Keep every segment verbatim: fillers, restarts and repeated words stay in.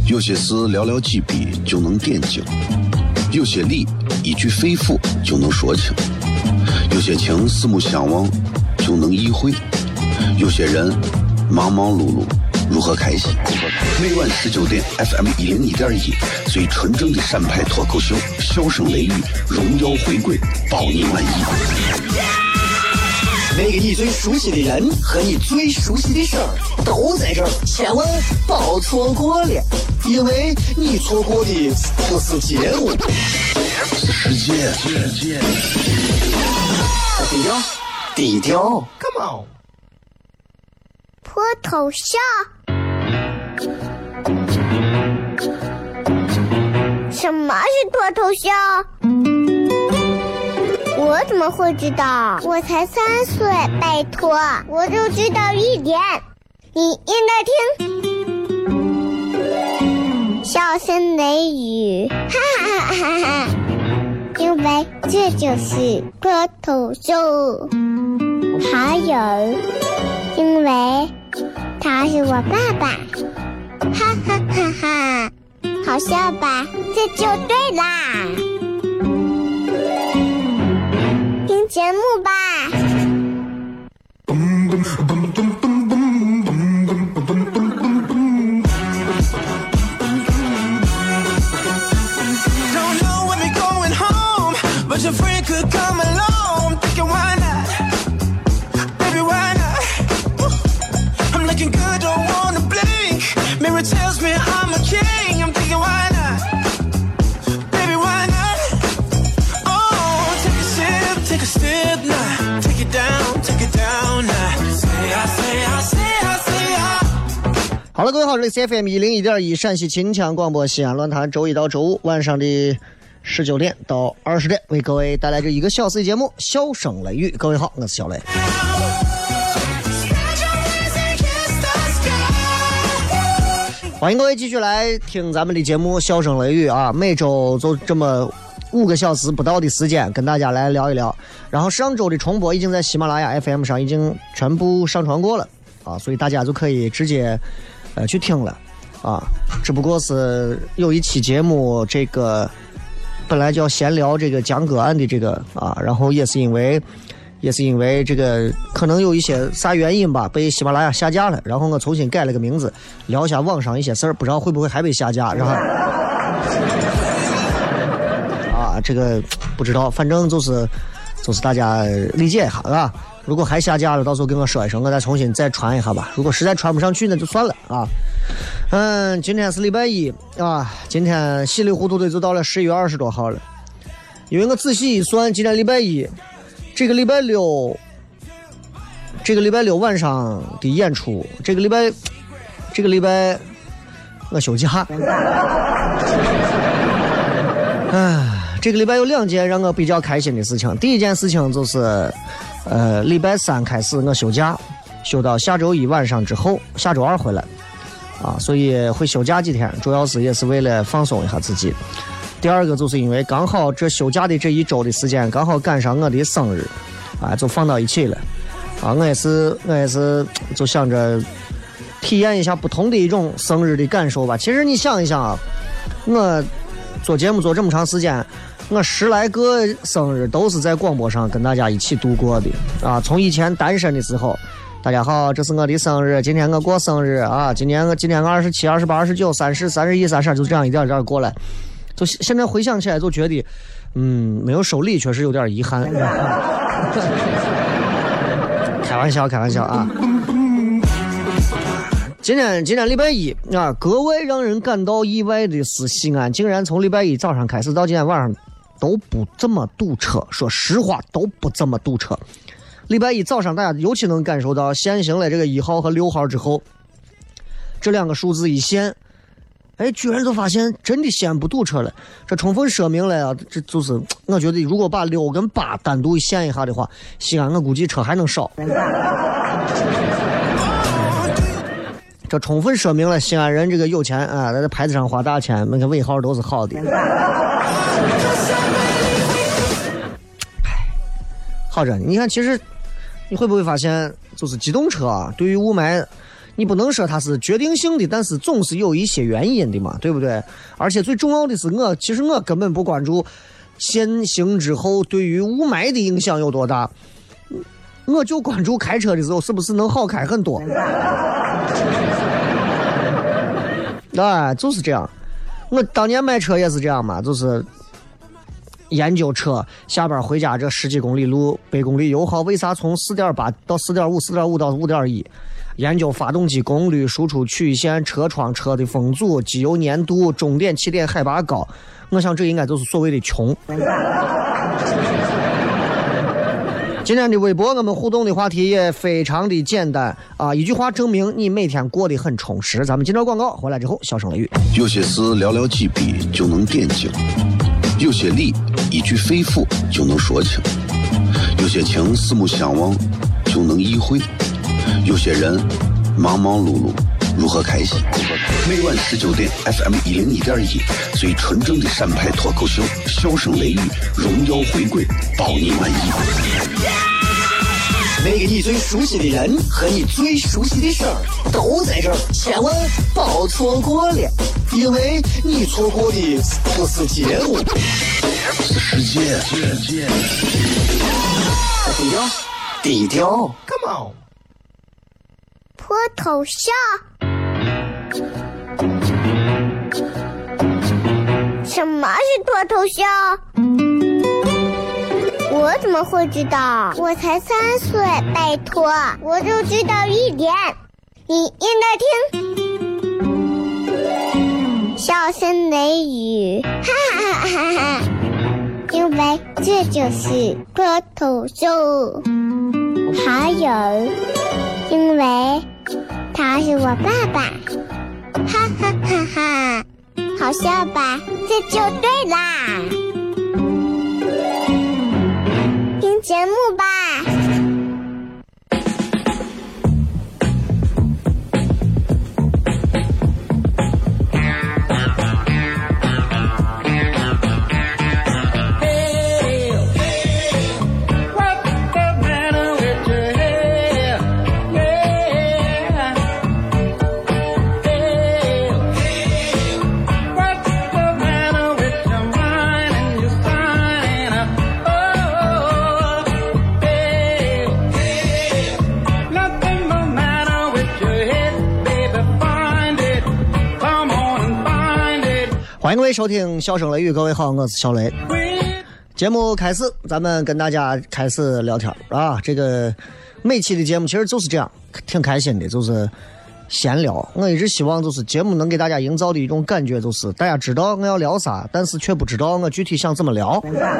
有些事寥寥几笔就能点睛，有些理一句肺腑就能说清，有些情四目相望就能意会，有些人忙忙碌碌如何开心？每晚十九点 F M 一零一点一，最纯正的陕派脱口秀，笑声雷雨，荣耀回归，保你满意。 那个你最熟悉的人和你最熟悉的事儿都在这儿，千万别错过了，因为你错过的不是节目， 是世界。 低调，低调 ，Come on。 脱头像，什么是脱头像？我怎么会知道？我才三岁，拜托，我就知道一点，你应该听。笑声雷雨，哈哈哈哈哈！因为这就是脱头秀。还有，因为他是我爸爸，哈哈哈哈！好笑吧？这就对啦。听节目吧。 Tells me I'm a king. I'm thinking why not, baby, why not? Oh, take a sip, take a step now, take it down, take it down now. Say I say I say I say I. 好了，各位好，这里是 F M 一零一点一陕西秦腔广播西安论坛，周一到周五晚上的十九点到二十点，为各位带来这一个小时的节目，笑声雷雨。各位好，我是小雷。欢迎各位继续来听咱们的节目《笑声雷雨》啊，每周就这么五个小时不到的时间，跟大家来聊一聊。然后上周的重播已经在喜马拉雅 F M 上已经全部上传过了啊，所以大家就可以直接呃去听了啊。只不过是有一期节目，这个本来就要闲聊这个讲个案的这个啊，然后也是因为。也是因为这个可能有一些啥原因吧，被喜马拉雅下架了，然后我重新改了个名字，聊一下网上一些事儿，不知道会不会还被下架，然后啊，这个不知道，反正就是就是大家理解一下啊。如果还下架了，到时候跟我说一声，我再重新再传一下吧。如果实在传不上去，那就算了啊。嗯，今天是礼拜一啊，今天稀里糊涂的就到了十一月二十多号了，因为我仔细一算，今天礼拜一。这个礼拜六，这个礼拜六晚上的演出，这个礼拜，这个礼拜我休假。唉，这个礼拜有两件让我比较开心的事情。第一件事情就是，呃，礼拜三开始我休假，休到下周一晚上之后，下周二回来，啊，所以会休假几天，主要是也是为了放松一下自己。第二个就是因为刚好这休假的这一周的时间刚好赶上我的生日啊，就放到一起了啊，我也是我也是就想着体验一下不同的一种生日的感受吧。其实你想一想啊，我做节目做这么长时间，我十来个生日都是在广播上跟大家一起度过的啊。从以前单身的时候，大家好，这是我的生日，今天我过生日啊，今年我今年我二十七、二十八、二十九、三十、三十一、三十二，就这样一点一点过来。就现在回想起来，就觉得，嗯，没有收礼确实有点遗憾。开玩笑，开玩笑啊！今天今天礼拜一啊，格外让人感到意外的是，西安竟然从礼拜一早上开始到今天晚上都不这么堵车。说实话，都不这么堵车。礼拜一早上，大家尤其能感受到限行了这个一号和六号之后，这两个数字一限。哎，居然都发现真的西安不堵车了，这充分说明了啊！这就是我觉得，如果把六跟八单独限一下的话，西安我估计车还能少。这充分说明了西安人这个有钱啊，在牌子上花大钱，那个尾号都是好的。好着，你看，其实你会不会发现，就是机动车啊，对于雾霾。 你不能说它是决定性的，但是总是有一些原因的嘛，对不对？而且最重要的是我，其实我根本不关注限行之后对于雾霾的影响有多大，我就关注开车的时候是不是能好开很多。哎，就是这样。我当年买车也是这样嘛，就是研究车下班回家这十几公里路，百公里油耗为啥从 四点八 到 四点五 四点五 到 五点一， 研究发动机功率、输出曲线、车窗、车的风阻、机油粘度、终点起点海拔高。我想这应该就是所谓的穷。今天的微博我们互动的话题也非常的简单啊，一句话证明你每天过得很充实。咱们今朝广告回来之后，小声雷雨。 有些事寥寥几笔就能点睛，有些理一句肺腑就能说清，有些情四目相望就能意会，有些人忙忙碌碌如何开心。每晚十九点 F M 一零一点一，最纯正的陕派脱口秀，笑声雷雨，荣耀回归，保你满意。 那个你最熟悉的人和你最熟悉的事儿都在这儿，千万别错过了，因为你错过的不是节目， 是世界。 低调，低调 Come on， 脱头像。什么是脱头像？我怎么会知道？我才三岁，拜托，我就知道一点。你应该听，笑声雷雨，哈哈哈哈哈！因为这就是脱头秀。还有，因为他是我爸爸，哈哈哈哈！好笑吧？这就对啦。听节目吧。 欢迎各位收听笑声雷雨，各位好，我是小雷。节目开始，咱们跟大家开始聊天啊。这个每期的节目其实就是这样，挺开心的，就是闲聊。我一直希望就是节目能给大家营造的一种感觉，就是大家知道我要聊啥，但是却不知道我具体想怎么聊。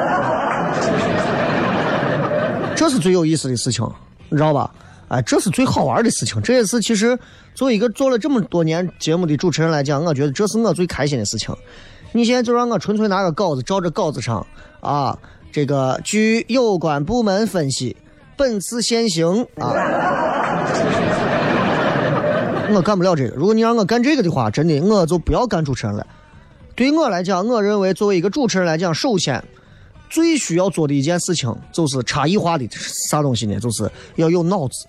这是最有意思的事情，你知道吧？哎，这是最好玩的事情。这也是其实作为一个做了这么多年节目的主持人来讲，我觉得这是我最开心的事情。你现在就让我纯粹拿个稿子，照着稿子上啊，这个据有关部门分析，本次限行啊，我干不了这个。如果你让我干这个的话，真的我就不要干主持人了。对我来讲，我认为作为一个主持人来讲，首先最需要做的一件事情就是差异化的啥东西呢？就是要有脑子，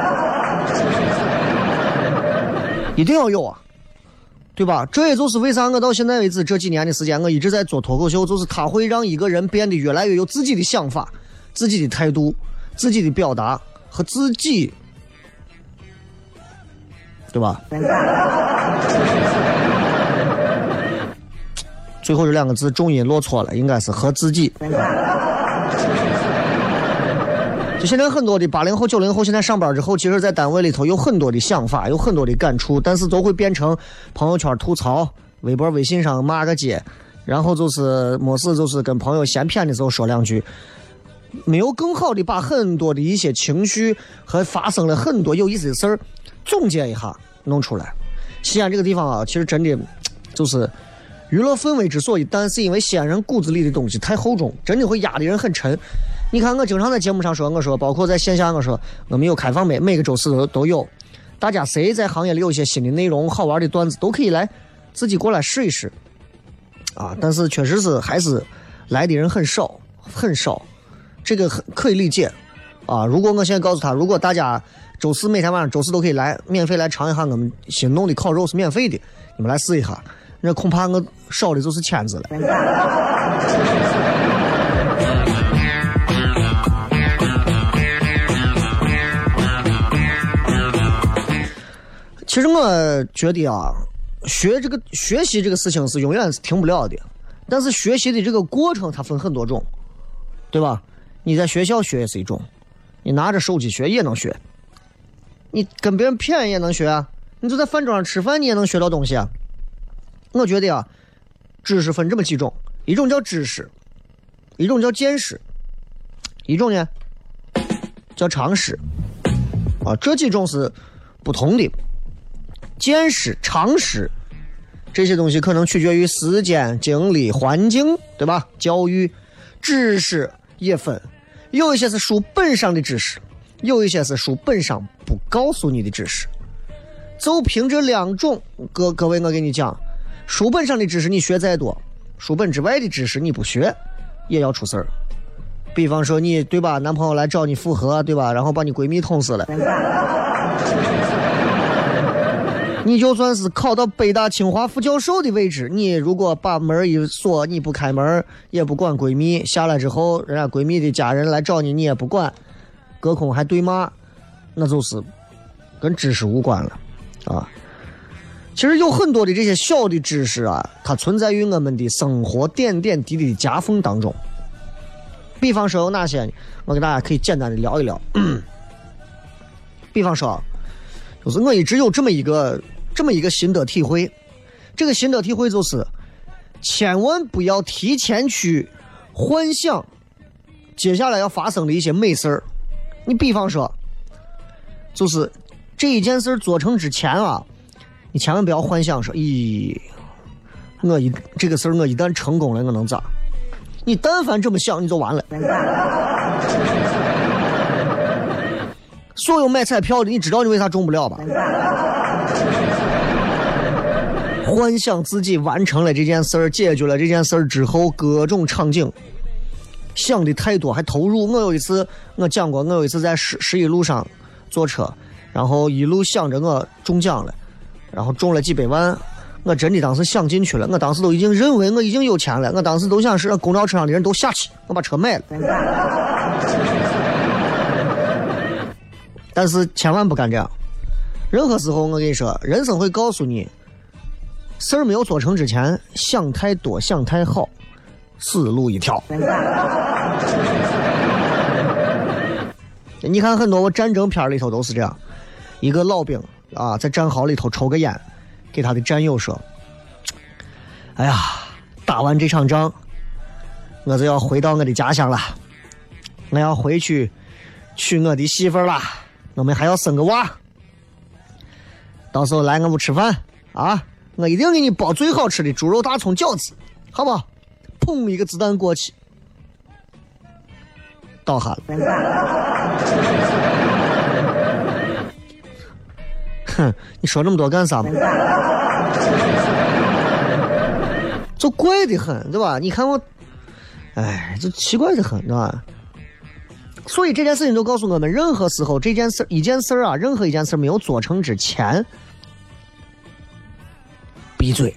一定要有啊，对吧？这也就是为啥我到现在为止这几年的时间，我一直在做脱口秀，就是它会让一个人变得越来越有自己的想法、自己的态度、自己的表达和自己，对吧？最后这两个字重音落错了，应该是和自己。就现在很多的八零后、九零后，现在上班之后，其实在单位里头有很多的想法，有很多的感触，但是都会变成朋友圈吐槽、微博、微信上骂个街，然后就是没事就是跟朋友闲谝的时候说两句，没有更好的把很多的一些情绪和发生了很多有意思的事儿总结一下弄出来。西安这个地方啊，其实真的就是娱乐氛围之所以淡，是因为西安人骨子里的东西太厚重，真的会压的人很沉。你看我经常在节目上说，我说包括在线下我说我们有开放麦，每个周四都都有，大家谁在行业里有些新的内容好玩的段子都可以来自己过来试一试啊。但是确实是还是来的人很少很少，这个很可以理解啊。如果我现在告诉他，如果大家周四每天晚上周四都可以来免费来尝一下我们新弄的烤肉是免费的，你们来试一下。那恐怕我少的就是签字了。其实我觉得啊，学这个学习这个事情是永远是停不了的，但是学习的这个过程它分很多种，对吧？你在学校学也是一种，你拿着手机学也能学，你跟别人骗也能学啊，你就在饭桌上吃饭你也能学到东西啊。我觉得啊，知识分这么几种，一种叫知识，一种叫见识，一种呢叫常识啊，这几种是不同的。见识、常识这些东西可能取决于时间、精力、环境，对吧？教育。知识也分，有一些是书本上的知识，有一些是书本上不告诉你的知识。就凭这两种，各各位我给你讲，书本上的知识你学再多，书本之外的知识你不学也要出事儿。比方说你，对吧，男朋友来找你复合，对吧，然后把你闺蜜捅死了，你就算是考到北大清华副教授的位置，你如果把门一锁，你不开门也不管闺蜜，下来之后人家闺蜜的家人来找你，你也不管，隔空还对骂，那就是跟知识无关了啊。其实有很多的这些小的知识啊，它存在于我们的生活点点滴滴的夹缝当中。比方说有哪些，我给大家可以简单的聊一聊。比方说就是我一直有这么一个这么一个心得体会，这个心得体会就是千万不要提前去幻想接下来要发生的一些美事儿。你比方说就是这一件事做成之前啊，你千万不要幻想说，咦，我一这个事儿我一旦成功了我能咋？你但凡这么想你就完了。所有买彩票的，你知道你为啥中不了吧？幻想自己完成了这件事儿，解决了这件事儿之后，各种场景想的太多，还投入。我有一次我讲过，我有一次在十十一路上坐车，然后一路想着我中奖了，然后中了几百万，我真的当时想进去了，我当时都已经认为我已经有钱了，我当时都想是让公交车上的人都下去，我把车卖了。但是千万不敢这样，任何时候我跟你说，人生会告诉你，事儿没有做成之前，想太多想太好，死路一条。你看很多我战争片里头都是这样，一个老兵啊在战壕里头抽个烟，给他的战友说，哎呀，打完这场仗我就要回到我的家乡了，我要回去娶我的媳妇了，我们还要生个娃，到时候来我们吃饭啊，我一定给你包最好吃的猪肉大葱饺子，好不好？砰，一个子弹过去，倒下了。哼，你说这么多干啥嘛？就怪得很，对吧？你看我，哎，就奇怪得很，对吧？所以这件事情就告诉我们，任何时候这件事一件事啊，任何一件事没有做成之前，闭嘴，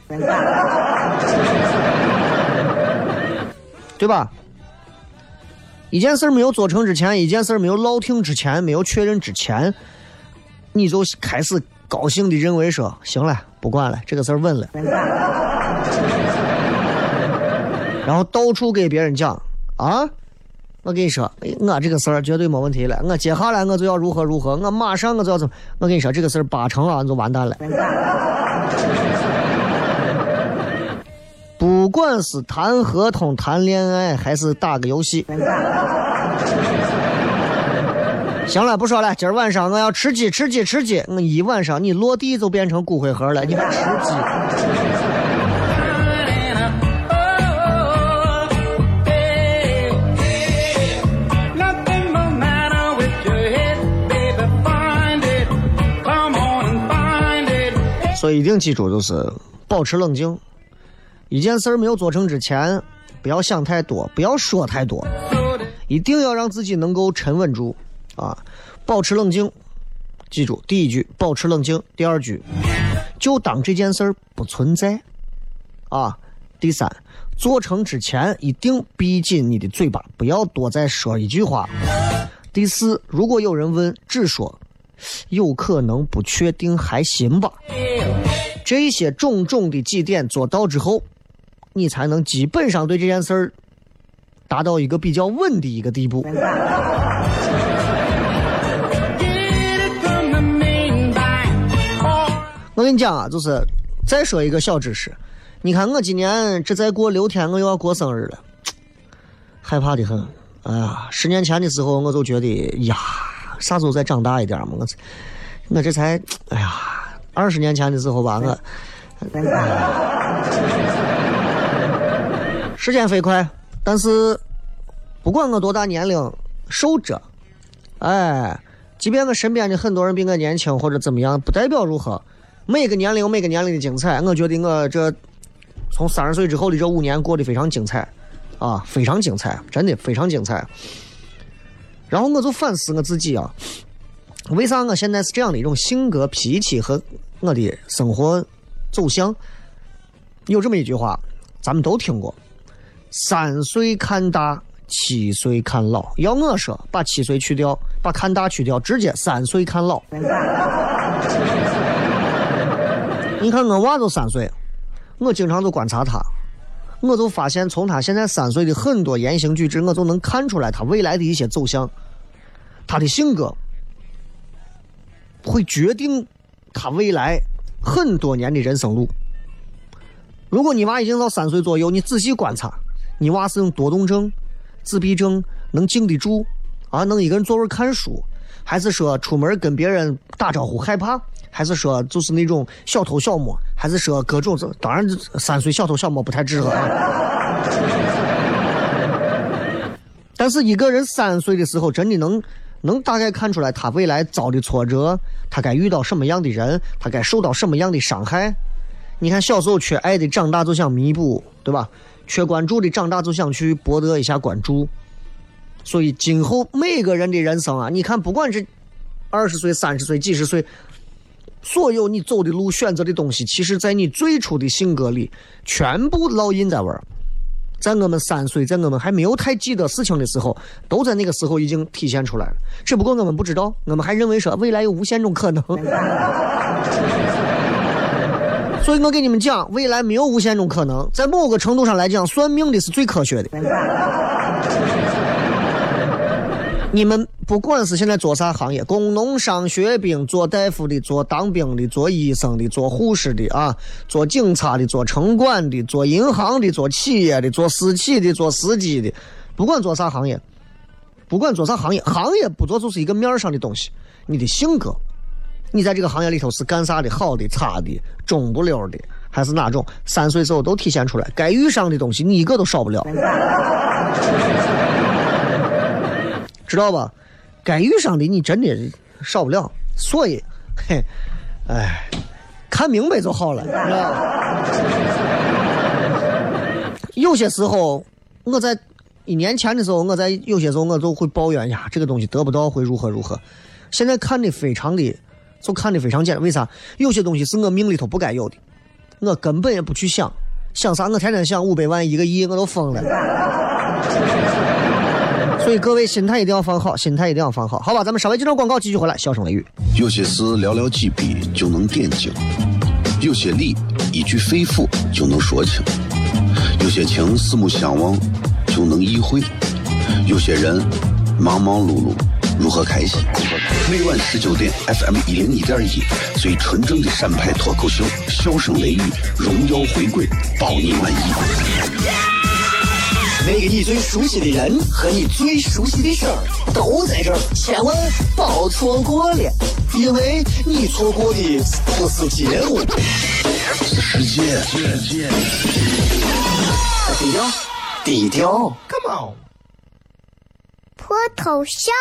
对吧？一件事没有做成之前，一件事没有落听之前，没有确认之前，你就开始高兴地认为说，行了，不管了，这个事儿稳了，然后到处给别人讲啊。我跟你说，我这个事儿绝对没问题了，我接下来我就要如何如何，我马上我就要怎么，我跟你说这个事儿八成啊，你就完蛋了。不管是谈合同、谈恋爱，还是打个游戏。行了，不说了，今儿晚上我要吃鸡，吃鸡，吃鸡，我一晚上你落地就变成骨灰盒了，你还吃鸡？所以一定记住，就是保持冷静。一件事儿没有做成之前，不要想太多，不要说太多，一定要让自己能够沉稳住啊，保持冷静记住，第一句保持冷静，第二句就当这件事儿不存在啊。第三，做成之前一定闭紧你的嘴巴，不要多再说一句话。第四，如果有人问，只说有可能不确定还行吧。这些种种的几点做到之后，你才能基本上对这件事儿达到一个比较稳的一个地步。我跟你讲啊，就是再说一个小知识，你看我今年这再过六天我又要过生日了，害怕的很。哎呀，十年前的时候我就觉得呀，啥时候再长大一点嘛，我我这才哎呀，二十年前的时候吧，我、哎、时间飞快，但是不管我多大年龄守着，哎，即便我身边的很多人比我年轻或者怎么样，不代表如何。每个年龄有每个年龄的精彩，我觉得我这从三十岁之后的这五年过得非常精彩啊，非常精彩，真的非常精彩。然后我就反思我自己啊，为啥我现在是这样的一种性格脾气和我的生活走向。有这么一句话咱们都听过，三岁看大，七岁看老。要我说，把七岁去掉，把看大去掉，直接三岁看老。你看我娃都三岁，我经常都观察他，我就发现从他现在三岁的很多言行举止，我就能看出来他未来的一些走向。他的性格会决定他未来很多年的人生路。如果你娃已经到三岁左右，你仔细观察，你娃是用多动症、自闭症，能静得住啊，能一个人坐会看书，还是说出门跟别人打招呼害怕，还是说就是那种小偷小摸，还是说各种，当然三岁小偷小摸不太适合啊。但是一个人三岁的时候真的能能大概看出来他未来遭的挫折，他该遇到什么样的人，他该受到什么样的伤害。你看小时候缺爱的长大就想弥补，对吧？缺关注的长大就想去博得一下关注。所以今后每个人的人生啊，你看不管是二十岁、三十岁、几十岁，所有你走的路、选择的东西，其实在你最初的性格里全部烙印在玩。在我们三岁，在我们还没有太记得事情的时候，都在那个时候已经体现出来了。只不过我们不知道，我们还认为说未来有无限种可能。所以我给你们讲，未来没有无限种可能，在某个程度上来讲，算命的是最科学的。你们不管是现在做啥行业，工农商学兵，做大夫的，做当兵的，做医生的，做护士的啊，做警察的，做城管的，做银行的，做企业的，做私企的，做司机的，不管做啥行业，不管做啥行业，行业不做就是一个面上的东西。你的性格，你在这个行业里头是干啥的，好的、差的、中不溜的，还是哪种，三岁时候都体现出来。该遇上的东西，你一个都少不了。知道吧？该遇上的你真的少不了，所以，嘿，哎，看明白就好了，知道吧？有些时候，我在一年前的时候，我在有些时候我就会抱怨呀，这个东西得不到会如何如何。现在看的非常的，就看的非常简单。为啥？有些东西是我命里头不该有的，我根本也不去想，想啥？我天天想五百万一个亿，我都疯了。所以各位心态一定要放好，心态一定要放好，好吧？咱们稍微这段广告继续回来，笑声雷雨。 有些事寥寥几笔就能点睛，有些理一句肺腑就能说清，有些情四目相望就能意会，有些人忙忙碌碌如何开心？每晚十九点 F M 一零一点一，最纯正的陕派脱口秀，笑声雷雨，荣耀回归，保你满意。 那个你最熟悉的人和你最熟悉的事儿都在这儿，千万别错过了，因为你错过的不是节目， 是世界。 低调，低调 ，Come on。 脱头像，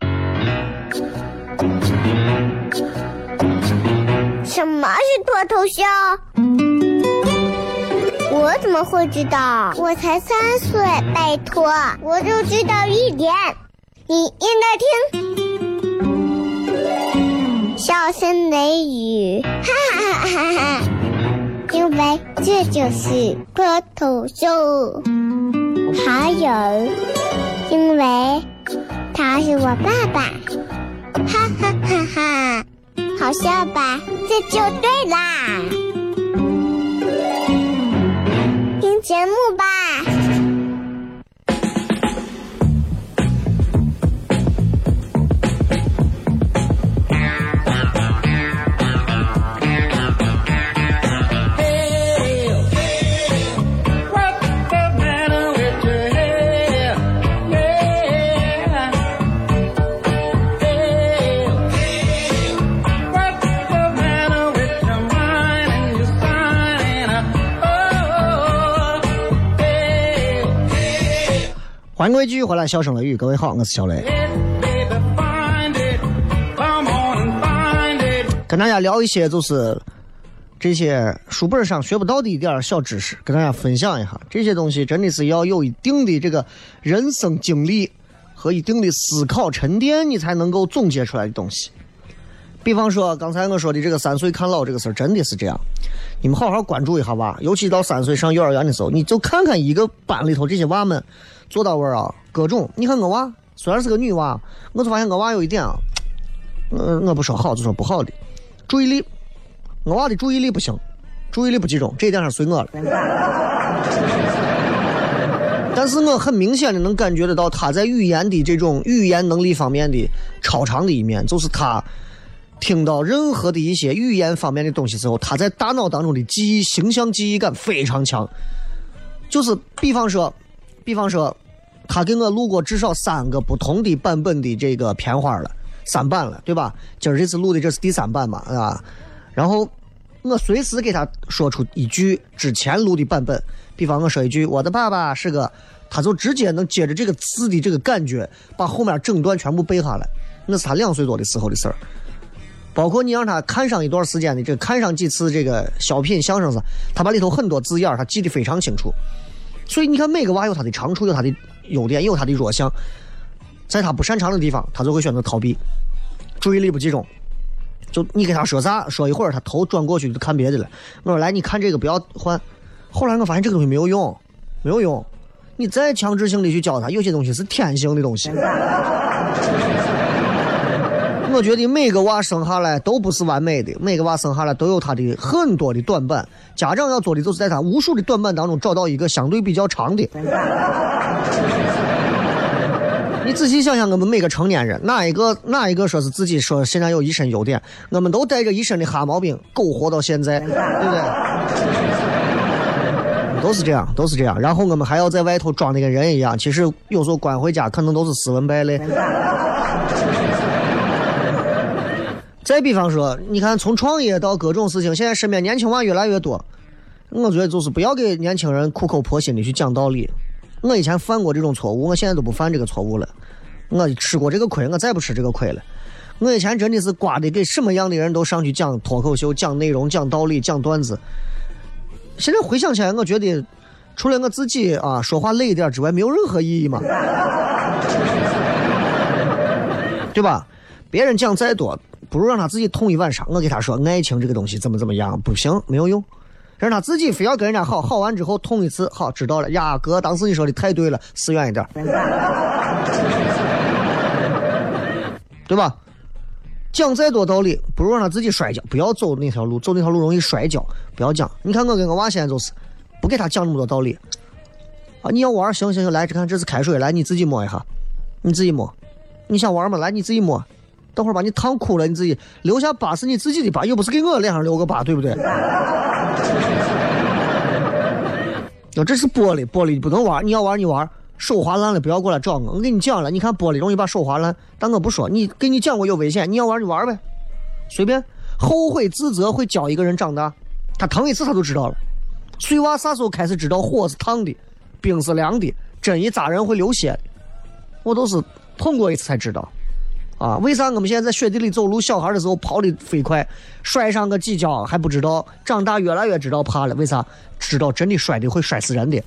什么是脱头像？我怎么会知道？我才三岁，拜托，我就知道一点。你应该听。 笑声雷雨，哈哈哈哈哈！因为这就是脱口秀。还有，因为他是我爸爸，哈哈哈哈！好笑吧？这就对啦。听节目吧。 欢迎各位继续回来，笑声雷雨，各位好，我是小雷，跟大家聊一些就是这些书本上学不到的一点小知识，跟大家分享一下。这些东西真的是要有一定的这个人生经历和一定的思考沉淀，你才能够总结出来的东西。比方说刚才我说的这个三岁看老这个事儿，真的是这样，你们好好关注一下吧。尤其到三岁上幼儿园的时候，你就看看一个班里头这些娃们做到位啊，各种。你看我娃虽然是个女娃，我就发现我娃有一点啊，呃，我不说好就说不好的，注意力，我娃的注意力不行，注意力不集中，这一点上随我了。但是我很明显的能感觉得到他在语言的这种语言能力方面的超常的一面，就是他听到任何的一些语言方面的东西之后，他在大脑当中的记忆形象记忆感非常强。就是比方说比方说他给我录过至少三个不同的版本的这个片花了，三版了，对吧？今儿这次录的这是第三版嘛，啊，然后我随时给他说出一句之前录的版本，比方我说一句我的爸爸是个，他就直接能接着这个词的这个感觉把后面整段全部背下来。那是他两岁多的时候的事儿。包括你让他看上一段时间的这个看上几次这个小品相声上，他把里头很多字眼他记得非常清楚。所以你看每个娃有他的长处，有他的优点，有他的弱项，在他不擅长的地方他就会选择逃避，注意力不集中。就你给他说啥说一会儿他头转过去就看别的了。我说来你看这个不要换，后来我发现这个东西没有用，没有用。你再强制性的去教他，有些东西是天性的东西。我觉得每个娃生下来都不是完美的，每个娃生下来都有他的很多的短板，家长要做的就是在他无数的短板当中找到一个相对比较长的。你仔细想想，我们每个成年人哪一个哪一个说是自己说现在有一身优点，我们都带着一身的哈毛病苟活到现在，对不对？都是这样，都是这样。然后我们还要在外头装的跟人一样，其实有时候关回家可能都是斯文败类。再比方说，你看从创业到各种事情，现在身边年轻娃越来越多，我觉得就是不要给年轻人苦口婆心的去讲道理。我以前犯过这种错误，我现在都不犯这个错误了。我吃过这个亏，我再不吃这个亏了。我以前真的是刮的给什么样的人都上去讲脱口秀、讲内容、讲道理、讲段子。现在回想起来，我觉得除了我自己啊说话累一点之外，没有任何意义嘛，对吧？别人讲再多，不如让他自己痛一晚上。我给他说爱情这个东西怎么怎么样，不行，没有用。让他自己非要跟人家好，好完之后痛一次，好知道了呀，哥，当时你说的太对了，死远一点，对吧？讲再多道理，不如让他自己摔跤，不要走那条路，走那条路容易摔跤，不要讲。你看我跟我娃现在就是不给他讲那么多道理啊，你要玩行行行，来，这看这是开水，来你自己摸一下，你自己摸，你想玩吗？来你自己摸。等会儿把你烫哭了，你自己留下疤是你自己的疤，又不是给我脸上留个疤，对不对？哦，这是玻璃，玻璃不能玩，你要玩你玩，手划烂了不要过来找我。我跟你讲了，你看玻璃容易把手划烂，但我不说，你跟你讲过有危险，你要玩你玩呗，随便。后悔自责会教一个人长大，他疼一次他就知道了。碎娃啥时候开始知道火是烫的，冰是凉的，针一扎人会流血的，我都是痛过一次才知道。啊，为啥我们现在在雪地里走路，小孩的时候跑得飞快，摔上个几跤还不知道，长大越来越知道怕了？为啥？知道真的摔的会摔死人的，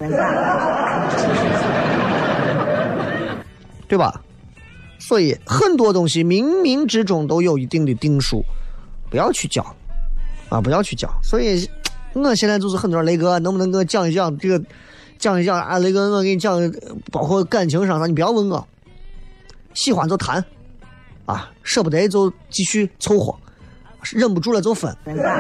对吧？所以很多东西冥冥之中都有一定的定数不要去讲啊，不要去讲。所以我现在就是很多人，雷哥能不能给我讲一讲这个，讲一讲啊？雷哥，我给你讲，包括感情上啥，你不要问我，喜欢就谈啊，舍不得就继续凑合，忍不住了就分，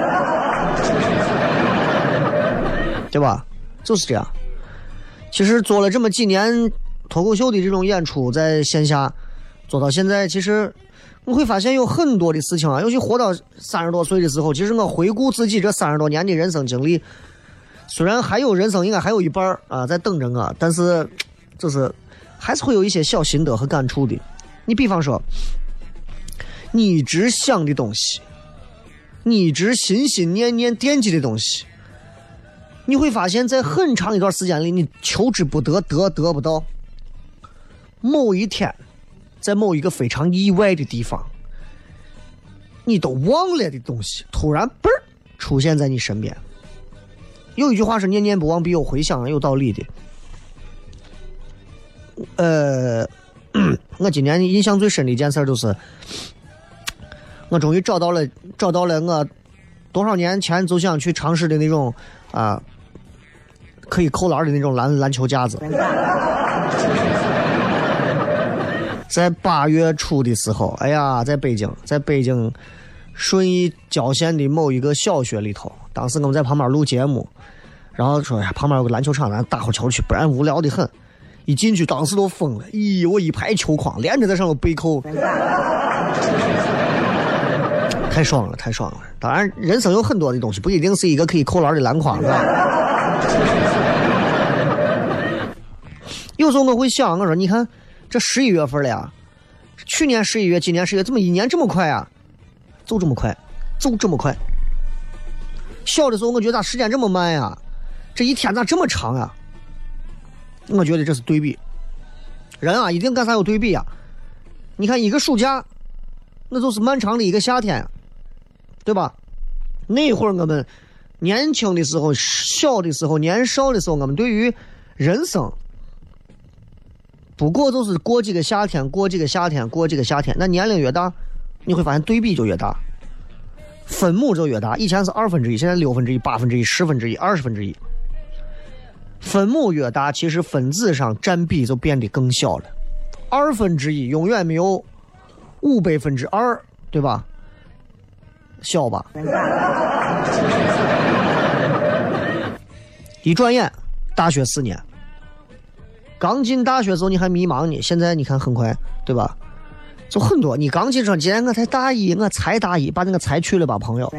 对吧？就是这样。其实做了这么几年脱口秀的这种演出，在线下做到现在，其实我会发现有很多的事情啊，尤其活到三十多岁的时候，其实我回顾自己这三十多年的人生经历，虽然还有人生应该还有一半啊在等着我，但是就是还是会有一些小心得和感触的。你比方说，你一直想的东西，你一直心心念念惦记的东西，你会发现在很长一段时间里你求之不得，得得不到，某一天在某一个非常意外的地方，你都忘了的东西突然嘣出现在你身边。有一句话是念念不忘必有回响，有道理的。呃我今年印象最深的一件事就是我终于找到了找到了我多少年前就想去尝试的那种啊可以扣篮的那种篮篮球架子。在八月初的时候，哎呀，在北京，在北京顺义郊县的某一个小学里头，当时我们在旁边录节目，然后说，哎呀，旁边有个篮球场，咱打会球去，不然无聊的很。一进去，当时都疯了，咦，我一排球框连着在上头背扣，太爽了，太爽了。当然，人生有很多的东西，不一定是一个可以扣篮的篮筐的。有时候我会想，我说，你看。这十一月份了呀，去年十一月，今年十一月，这么一年这么快啊，就这么快，就这么快。小的时候我觉得咋时间这么慢呀，这一天咋这么长啊？我觉得这是对比，人啊一定干啥有对比啊。你看一个暑假，那就是漫长的一个夏天，对吧？那会儿我们年轻的时候、小的时候、年少的时候，我们对于人生。不过就是过几个夏天，过几个夏天，过几个夏天。那年龄越大，你会发现对比就越大，分母就越大。以前是二分之一，现在六分之一、八分之一、十分之一、二十分之一。分母越大，其实分子上占比就变得更小了。二分之一永远没有五百分之二，对吧？小吧。一转眼，大学四年。刚进大学的时候你还迷茫呢，现在你看很快，对吧？就很多。你刚进上，今年我才大一，我才大一，把那个才去了吧，朋友。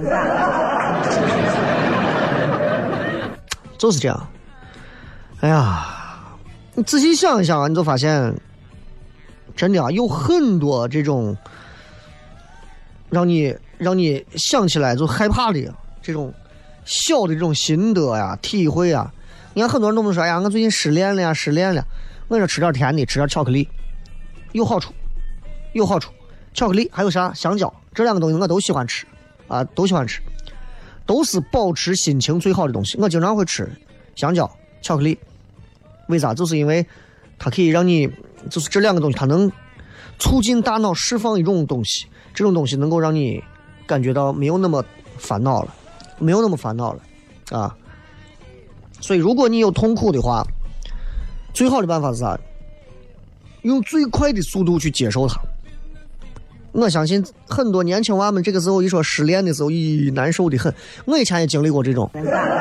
就是这样。哎呀，你仔细想一想啊，你就发现，真的啊，有很多这种让你让你想起来就害怕的这种小的这种心得呀、体会啊。你看很多人都能说，哎呀，我最近失恋了呀，失恋了。我说吃点甜的，吃点巧克力，有好处，有好处。巧克力还有啥？香蕉，这两个东西我都喜欢吃，啊，都喜欢吃，都是保持心情最好的东西。我经常会吃香蕉、巧克力，为啥？就是因为它可以让你，就是这两个东西，它能促进大脑释放一种东西，这种东西能够让你感觉到没有那么烦恼了，没有那么烦恼了，啊。所以如果你有痛苦的话，最好的办法是啥？用最快的速度去接受它。我相信很多年轻娃们这个时候一说失恋的时候，咦，难受的很。我以前也经历过这种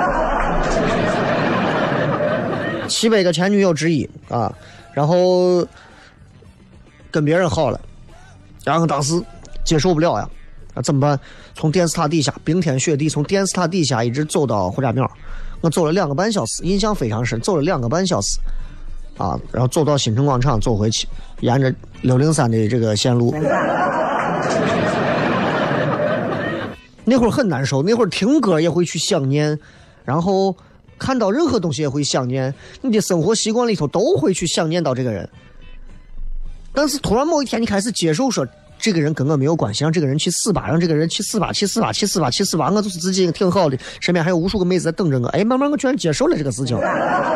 七百个前女友之一啊，然后跟别人好了，然后当时接受不了呀，啊怎么办？从电视塔底下冰天雪地，从电视塔底下一直走到火车庙。我走了两个半小时，印象非常深，走了两个半小时啊，然后走到新城广场走回去，沿着六零三的这个线路。那会儿很难受，那会儿听歌也会去想念，然后看到任何东西也会想念，你的生活习惯里头都会去想念到这个人。但是突然某一天你开始接受说这个人跟我没有关系，让这个人去死吧，让这个人去死吧，去死吧，去死吧，去死吧，我就是自己挺好的，身边还有无数个妹子在等着我。哎，慢慢我居然接受了这个事情。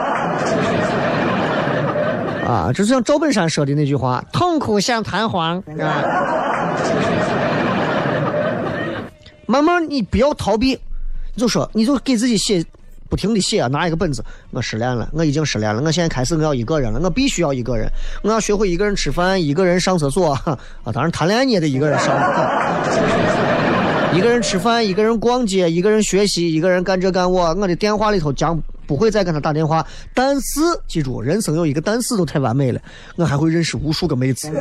啊，这就像赵本山说的那句话：“痛苦像弹簧。”啊， 慢慢你不要逃避，你就说你就给自己写，不停的写，拿一个本子，我失恋了，我已经失恋了，我现在开始我要一个人了，我必须要一个人，我要学会一个人吃饭，一个人上厕所啊，当然谈恋爱你也得一个人上，一个人吃饭，一个人逛街，一个人学习，一个人干这干我，我的电话里头将不会再跟他打电话，但是记住，人生有一个但是都太完美了，我还会认识无数个妹子，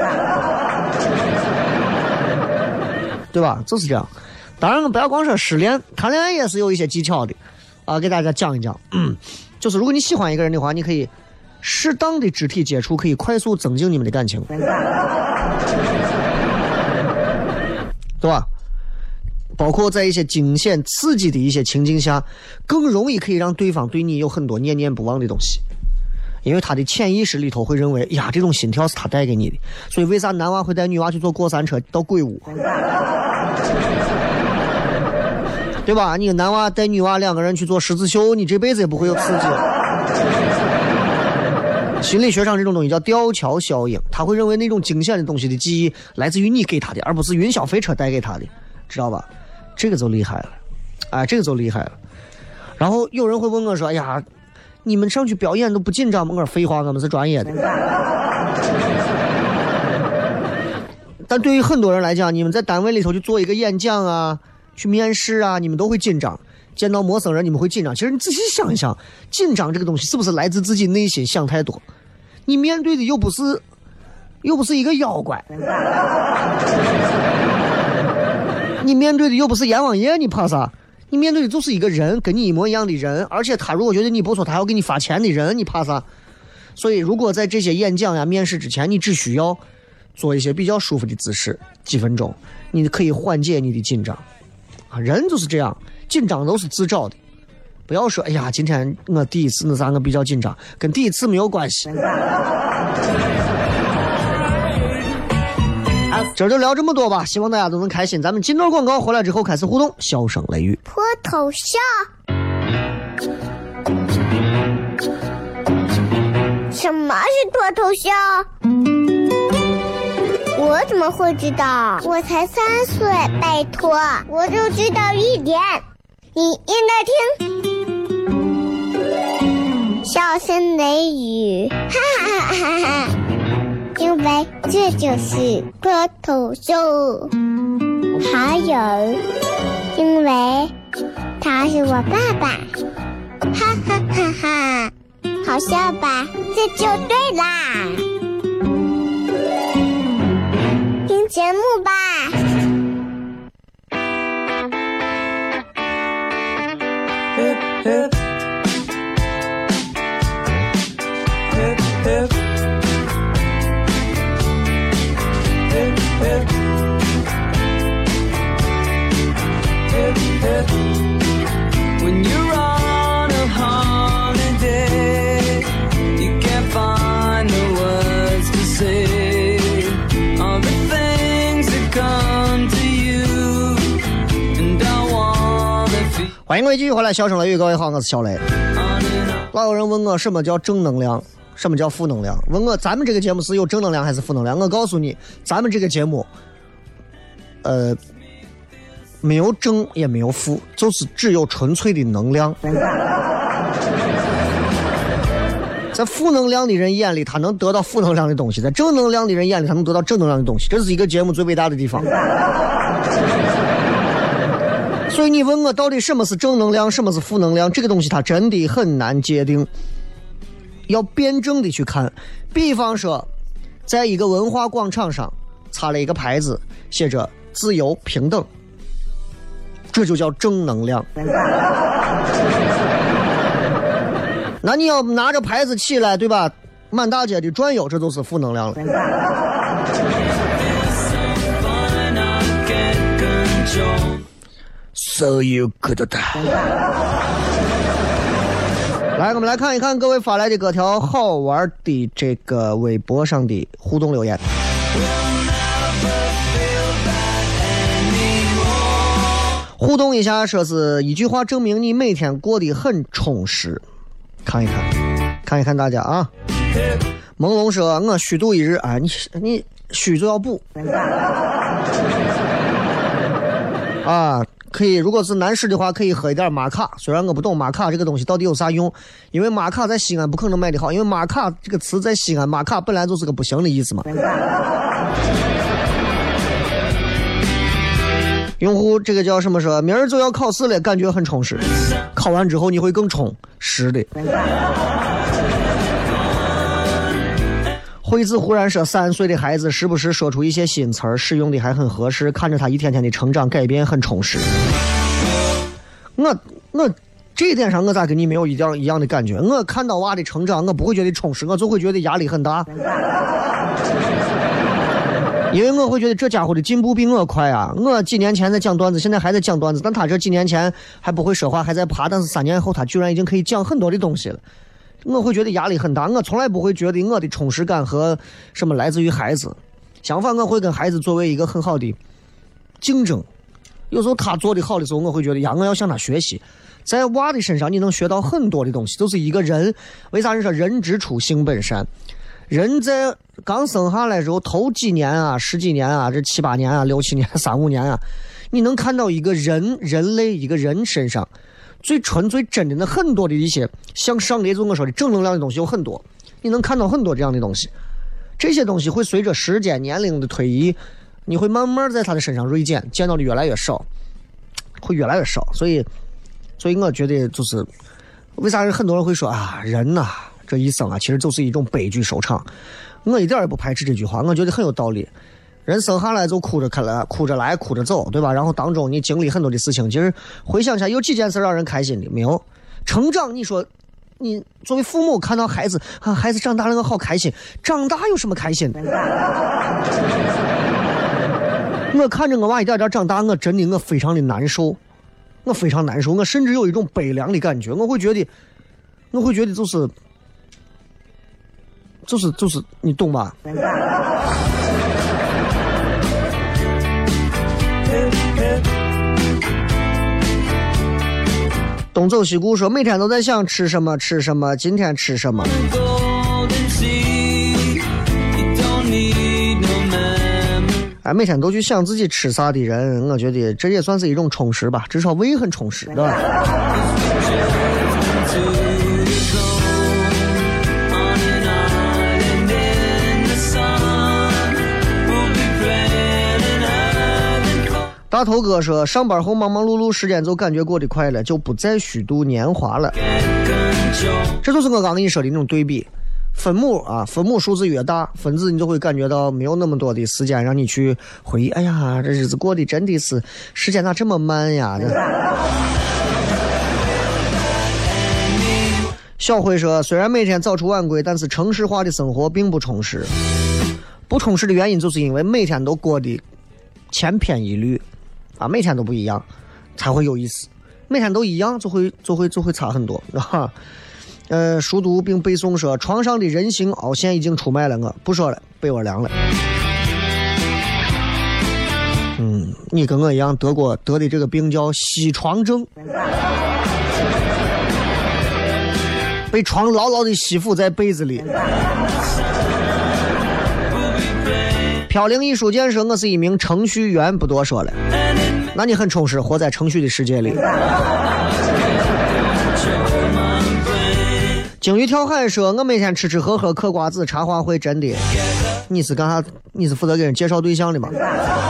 对吧？就是这样。当然不要光说失恋，谈恋爱也是有一些技巧的啊，给大家讲一讲。嗯，就是如果你喜欢一个人的话，你可以适当的肢体接触，可以快速增进你们的感情，对吧？包括在一些惊险刺激的一些情境下，更容易可以让对方对你有很多念念不忘的东西，因为他的潜意识里头会认为呀，这种心跳是他带给你的。所以为啥男娃会带女娃去坐过山车到鬼屋，对吧？你男娃带女娃两个人去做十字绣，你这辈子也不会有刺激。心理学上这种东西叫吊桥效应，他会认为那种惊险的东西的记忆来自于你给他的，而不是云霄飞车带给他的，知道吧？这个就厉害了，哎，这个就厉害了。然后有人会问我说：“哎呀，你们上去表演都不紧张吗？”我说：“废话，我们是专业的。”但对于很多人来讲，你们在单位里头去做一个演讲啊，去面试啊，你们都会紧张。见到陌生人，你们会紧张。其实你仔细想一想，紧张这个东西是不是来自自己内心想太多？你面对的又不是，又不是一个妖怪。你面对的又不是阎王爷，你怕啥？你面对的就是一个人，跟你一模一样的人，而且他如果觉得你不错，他要给你发钱的人，你怕啥？所以如果在这些演讲呀、面试之前，你只需要做一些比较舒服的姿势，几分钟，你可以缓解你的紧张。啊，人就是这样，紧张都是自找的。不要说，哎呀，今天我第一次那啥，我比较紧张，跟第一次没有关系。今儿就聊这么多吧，希望大家都能开心。咱们进段广告回来之后开始互动，笑声雷雨。 脱头像，什么是脱头像？我怎么会知道？我才三岁，拜托，我就知道一点。你应该听，笑声雷雨，哈哈哈哈哈！因为这就是脱头秀，还有，因为他是我爸爸，哈哈哈哈！好笑吧？这就对啦。听节目吧。 When you're on a holiday, you can't find the words to say all the things that come to you, and I wanna feel. 欢迎各位继续回来，笑声雷雨，各位好，我是小雷。老有人问我什么叫正能量，什么叫负能量？问我咱们这个节目是有正能量还是负能量？我告诉你，咱们这个节目，呃。没有正也没有负，就是只有纯粹的能量。在负能量的人眼里，他能得到负能量的东西；在正能量的人眼里，他能得到正能量的东西。这是一个节目最伟大的地方。所以你问我到底什么是正能量，什么是负能量，这个东西它真的很难界定，要辩证的去看。比方说，在一个文化广场上插了一个牌子，写着自由平等，这就叫正能量。那你要拿着牌子起来，对吧？满大街的转悠，这都是负能量了。So you could die。来，我们来看一看各位发来的各条好玩的这个微博上的互动留言。互动一下，说是一句话证明你每天过得很充实。看一看，看一看大家啊。朦胧说：“我虚度一日啊，你你虚就要补啊。” 可以，如果是男士的话，可以喝一点玛卡。虽然我不懂玛卡这个东西到底有啥用，因为玛卡在西安不可能卖的好，因为玛卡这个词在西安，玛卡本来就是个不行的意思嘛。用户这个叫什么说，明儿就要考试了，感觉很充实。考完之后你会更充实的。惠子忽然说，三岁的孩子时不时说出一些新词儿，使用的还很合适，看着他一天天的成长改变，很充实。我我这一点上我咋跟你没有一样一样的感觉？我看到娃的成长，我不会觉得充实，我就会觉得压力很大。因为我会觉得这家伙的进步比我快啊！我几年前在讲段子，现在还在讲段子，但他这几年前还不会说话，还在爬，但是三年后他居然已经可以讲很多的东西了。我会觉得压力很大，我从来不会觉得我的充实感和什么来自于孩子，相反我会跟孩子作为一个很好的竞争。有时候他做的好的时候，我会觉得呀，我要向他学习。在娃的身上你能学到很多的东西，就是一个人，为啥人说人之初性本善？人在刚生下来的时候头几年啊，十几年啊，这七八年啊，六七年，三五年啊，你能看到一个人人类一个人身上最纯最真的那很多的一些向上的，我说的正能量的东西有很多，你能看到很多这样的东西。这些东西会随着时间年龄的推移，你会慢慢在他的身上锐减，见到的越来越少，会越来越少。所以所以我觉得就是为啥很多人会说啊，人呐、啊、这一生啊其实就是一种悲剧收场。我一点也不排斥这句话，我觉得很有道理。人生下来就哭着来，哭着来，哭着走，对吧？然后当中你经历很多的事情，其实回想起来有几件事让人开心的没有？成长，你说你作为父母看到孩子啊，孩子长大了我好开心，长大有什么开心？我看着我娃一点点长大，我真的我非常的难受，我非常难受，我甚至有一种悲凉的感觉，我会觉得，我会觉得就是，就是就是你懂吧？东走西顾说每天都在想吃什么吃什么，今天吃什么。哎，每天都去想自己吃啥的人，我觉得这也算是一种充实吧，至少胃很充实，对吧？大头哥说，上班后忙忙碌碌，时间就感觉过得快了，就不再虚度年华了。这就是我刚跟你说的那种对比。分母啊，分母数字越大，分子你就会感觉到没有那么多的时间让你去回忆。哎呀，这日子过得真的是，时间咋这么慢呀？小辉说，虽然每天早出晚归，但是城市化的生活并不充实。不充实的原因就是因为每天都过得千篇一律啊，每天都不一样才会有意思，每天都一样就会就会就会差很多啊。呃，熟读并背诵说，床上的人形凹陷已经出卖了，我不说了，被我凉了。嗯，你跟我一样得过得的这个病叫吸床症，被床牢牢的吸附在被子里。飘零艺术建设，我是一名程序员，不多说了。那你很充实，活在程序的世界里。鲸鱼跳海说，我每天吃吃喝喝嗑瓜子茶话会，真的。你是干啥？你是负责给人介绍对象的吗？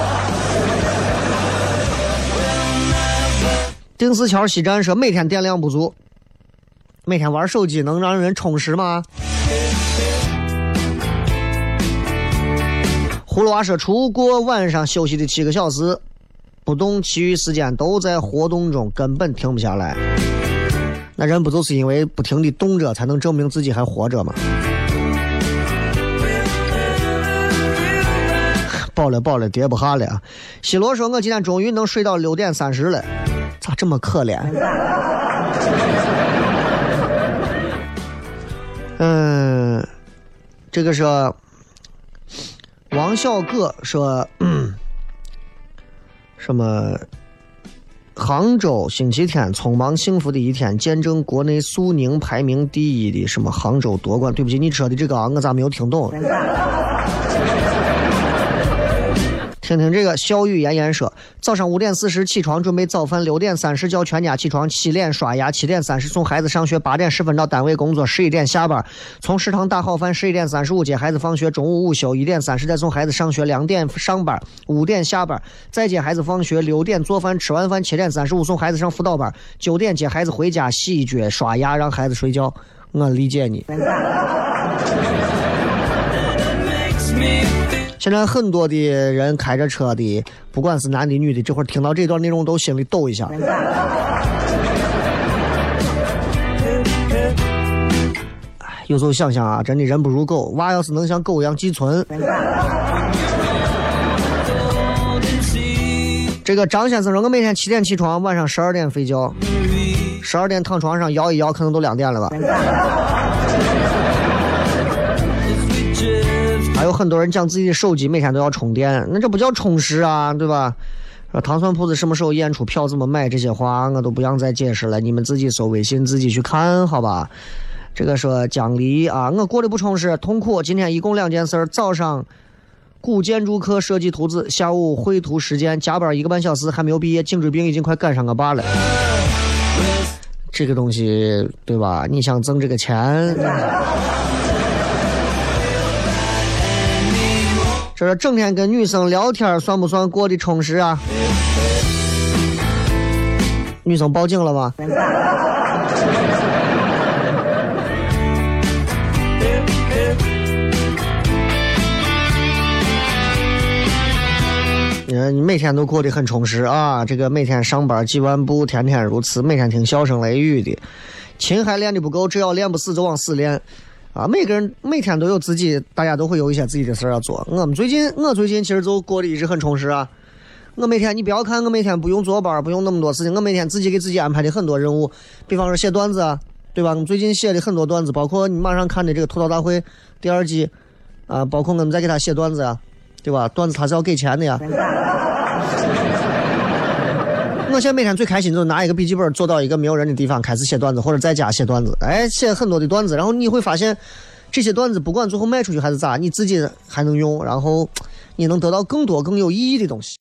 丁四桥西站说，每天电量不足，每天玩手机能让人充实吗？葫芦娃说，除过晚上休息的七个小时不动，其余时间都在活动中，根本停不下来。那人不就是因为不停地动着才能证明自己还活着吗？爆了爆了，跌不下了啊！西罗说，我今天终于能睡到六点三十了，咋这么可怜？嗯，这个是王小哥说，嗯，什么？杭州星期天匆忙幸福的一天，见证国内苏宁排名第一的什么杭州夺冠。对不起，你说的这个啊，我咋没有听懂？ 听听这个小雨妍妍说，早上五点四十起床准备早饭，六点三十叫全家起床洗脸刷牙，七点三十送孩子上学，八点十分到单位工作，十一点下班，从食堂打好饭，十一点三十五接孩子放学，中午午休，一点三十再送孩子上学，两点上班，五点下班再接孩子放学，六点做饭，吃完饭七点三十五送孩子上辅导班，九点接孩子回家洗脚刷牙让孩子睡觉。我理解你。现在很多的人开着车的，不管是男的女的，这会儿听到这段内容都心里抖一下。有时候想想啊，真的人不如狗，娃要是能像狗一样寄存。这个张先生说，我每天七点起床，晚上十二点睡觉，十二点躺床上摇一摇，可能都两点了吧。还有很多人讲自己的手机每天都要充电，那这不叫充实啊，对吧？说糖蒜铺子什么时候演出，票怎么买，这些话我都不想再解释了，你们自己搜微信自己去看好吧。这个说江离啊，我过得不充实，痛苦。今天一共两件事，早上古建筑课设计图纸，下午绘图实践，加班一个半小时，还没有毕业，颈椎病已经快赶上我爸了。这个东西对吧？你想挣这个钱，这是整天跟女生聊天，算不算过得充实啊？女生报警了吗？你每天都过得很充实啊！这个每天上班几万步，天天如此，每天听笑声雷雨的，琴还练得不够，只要练不死就往死练啊！每个人每天都有自己，大家都会有一些自己的事要做。我们最近，我最近其实就过得一直很充实啊！我每天，你不要看我每天不用坐班，不用那么多事情，我每天自己给自己安排的很多任务，比方说写段子啊，对吧？我们最近写的很多段子，包括你马上看的这个吐槽大会第二季啊，包括我们在给他写段子啊。对吧？段子他是要给钱的呀。我现在每天最开心就是拿一个笔记本坐到一个没有人的地方开始写段子，或者在家写段子，哎，写很多的段子，然后你会发现这些段子不管最后卖出去还是咋，你自己还能用，然后你能得到更多更有意义的东西。